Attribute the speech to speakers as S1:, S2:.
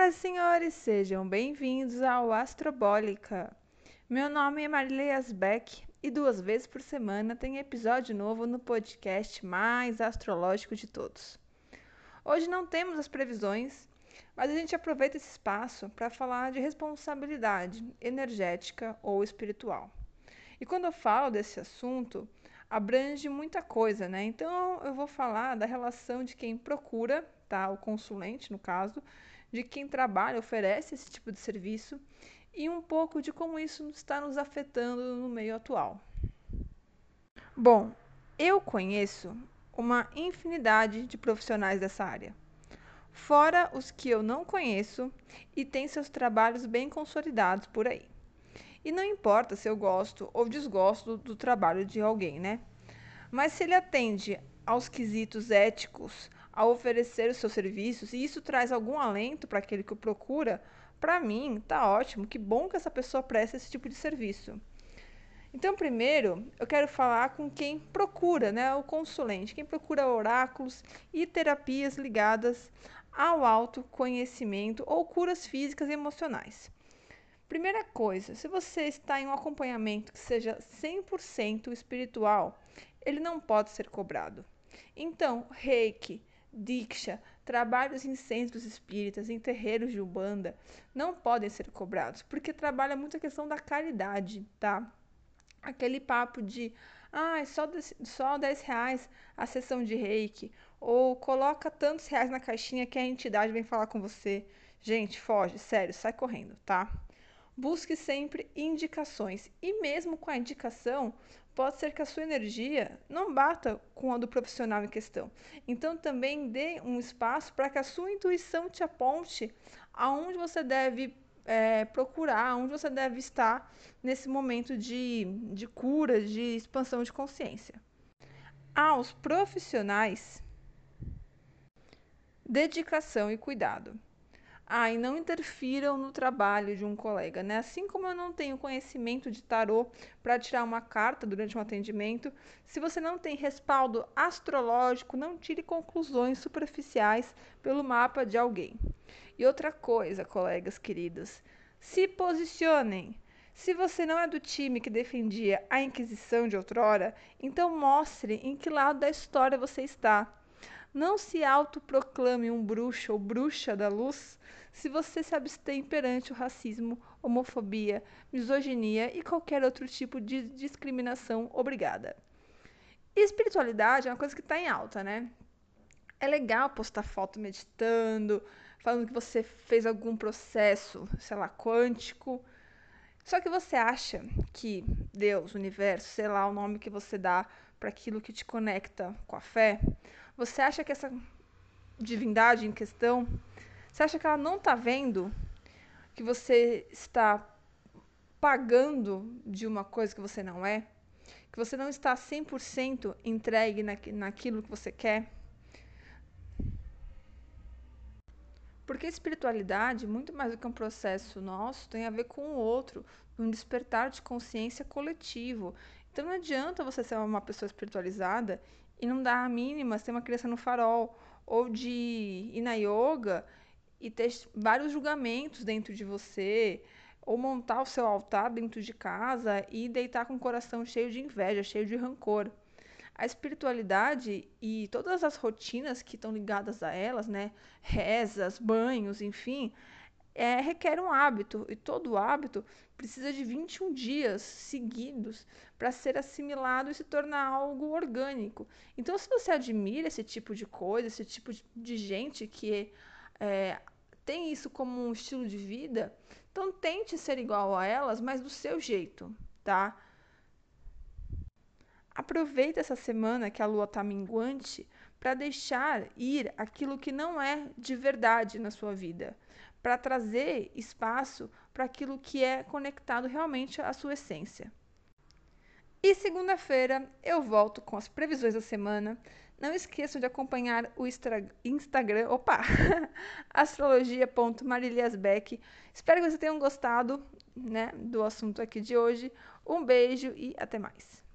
S1: Senhoras e senhores, sejam bem-vindos ao Astrobólica. Meu nome é Marileias Beck e 2 vezes por semana tem episódio novo no podcast mais astrológico de todos. Hoje não temos as previsões, mas a gente aproveita esse espaço para falar de responsabilidade energética ou espiritual. E quando eu falo desse assunto, abrange muita coisa, né? Então eu vou falar da relação de quem procura, tá? O consulente, no caso, de quem trabalha, oferece esse tipo de serviço e um pouco de como isso está nos afetando no meio atual. Bom, eu conheço uma infinidade de profissionais dessa área, fora os que eu não conheço e têm seus trabalhos bem consolidados por aí. E não importa se eu gosto ou desgosto do trabalho de alguém, né? Mas se ele atende aos quesitos éticos ao oferecer os seus serviços e isso traz algum alento para aquele que o procura, para mim tá ótimo, que bom que essa pessoa presta esse tipo de serviço. Então, primeiro, eu quero falar com quem procura, né, o consulente, quem procura oráculos e terapias ligadas ao autoconhecimento ou curas físicas e emocionais. Primeira coisa, se você está em um acompanhamento que seja 100% espiritual, ele não pode ser cobrado. Então, Reiki, Diksha, trabalhos em centros espíritas, em terreiros de Umbanda, não podem ser cobrados, porque trabalha muito a questão da caridade, tá? Aquele papo de, só R$ 10 a sessão de Reiki, ou coloca tantos reais na caixinha que a entidade vem falar com você. Gente, foge, sério, sai correndo, tá? Busque sempre indicações. E mesmo com a indicação, pode ser que a sua energia não bata com a do profissional em questão. Então também dê um espaço para que a sua intuição te aponte aonde você deve procurar, onde você deve estar nesse momento de cura, de expansão de consciência. Aos profissionais, dedicação e cuidado. E não interfiram no trabalho de um colega, né? Assim como eu não tenho conhecimento de tarô para tirar uma carta durante um atendimento, se você não tem respaldo astrológico, não tire conclusões superficiais pelo mapa de alguém. E outra coisa, colegas queridos, se posicionem. Se você não é do time que defendia a Inquisição de outrora, então mostre em que lado da história você está. Não se autoproclame um bruxo ou bruxa da luz se você se abstém perante o racismo, homofobia, misoginia e qualquer outro tipo de discriminação obrigada. E espiritualidade é uma coisa que está em alta, né? É legal postar foto meditando, falando que você fez algum processo, sei lá, quântico. Só que você acha que Deus, o universo, sei lá o nome que você dá para aquilo que te conecta com a fé, você acha que essa divindade em questão, você acha que ela não está vendo que você está pagando de uma coisa que você não é? Que você não está 100% entregue naquilo que você quer? Porque espiritualidade, muito mais do que um processo nosso, tem a ver com o outro, um despertar de consciência coletivo. Então não adianta você ser uma pessoa espiritualizada e não dar a mínima ser uma criança no farol, ou de ir na yoga e ter vários julgamentos dentro de você, ou montar o seu altar dentro de casa e deitar com o coração cheio de inveja, cheio de rancor. A espiritualidade e todas as rotinas que estão ligadas a elas, né, rezas, banhos, enfim, requer um hábito, e todo hábito precisa de 21 dias seguidos para ser assimilado e se tornar algo orgânico. Então, se você admira esse tipo de coisa, esse tipo de gente que é, tem isso como um estilo de vida, então tente ser igual a elas, mas do seu jeito, tá? Aproveita essa semana que a lua está minguante para deixar ir aquilo que não é de verdade na sua vida, para trazer espaço para aquilo que é conectado realmente à sua essência. E segunda-feira eu volto com as previsões da semana. Não esqueçam de acompanhar o Instagram, astrologia.mariliasbeck. Espero que vocês tenham gostado, né, do assunto aqui de hoje. Um beijo e até mais.